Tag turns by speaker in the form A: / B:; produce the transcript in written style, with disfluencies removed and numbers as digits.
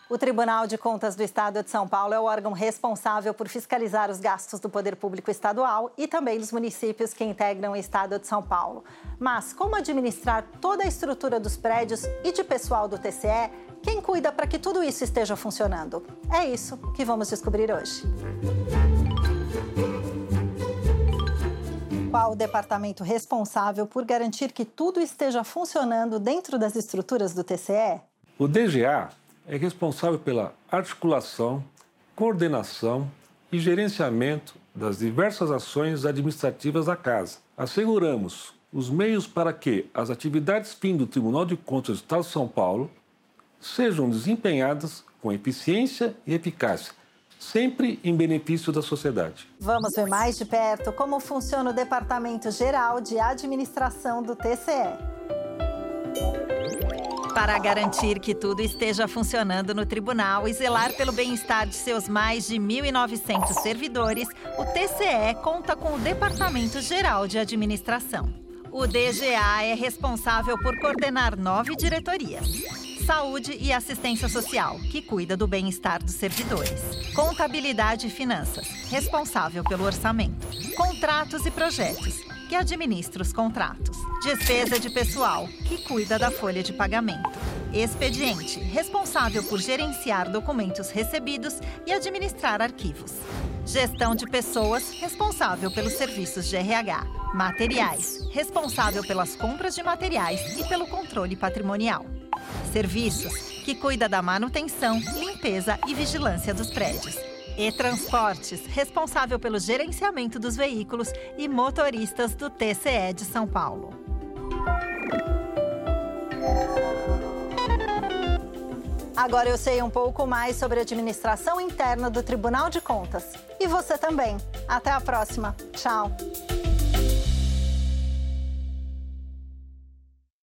A: O Tribunal de Contas do Estado de São Paulo é o órgão responsável por fiscalizar os gastos do poder público estadual e também dos municípios que integram o Estado de São Paulo. Mas como administrar toda a estrutura dos prédios e de pessoal do TCE? Quem cuida para que tudo isso esteja funcionando? É isso que vamos descobrir hoje. Qual o departamento responsável por garantir que tudo esteja funcionando dentro das estruturas do TCE?
B: O DGA é responsável pela articulação, coordenação e gerenciamento das diversas ações administrativas da Casa. Asseguramos os meios para que as atividades fim do Tribunal de Contas do Estado de São Paulo sejam desempenhadas com eficiência e eficácia, sempre em benefício da sociedade.
A: Vamos ver mais de perto como funciona o Departamento Geral de Administração do TCE. Para garantir que tudo esteja funcionando no tribunal e zelar pelo bem-estar de seus mais de 1.900 servidores, o TCE conta com o Departamento Geral de Administração. O DGA é responsável por coordenar 9 diretorias. Saúde e Assistência Social, que cuida do bem-estar dos servidores. Contabilidade e Finanças, responsável pelo orçamento. Contratos e Projetos, que administra os contratos. Despesa de Pessoal, que cuida da folha de pagamento. Expediente, responsável por gerenciar documentos recebidos e administrar arquivos. Gestão de Pessoas, responsável pelos serviços de RH. Materiais, responsável pelas compras de materiais e pelo controle patrimonial. Serviços, que cuida da manutenção, limpeza e vigilância dos prédios. E Transportes, responsável pelo gerenciamento dos veículos e motoristas do TCE de São Paulo. Agora eu sei um pouco mais sobre a administração interna do Tribunal de Contas. E você também. Até a próxima. Tchau.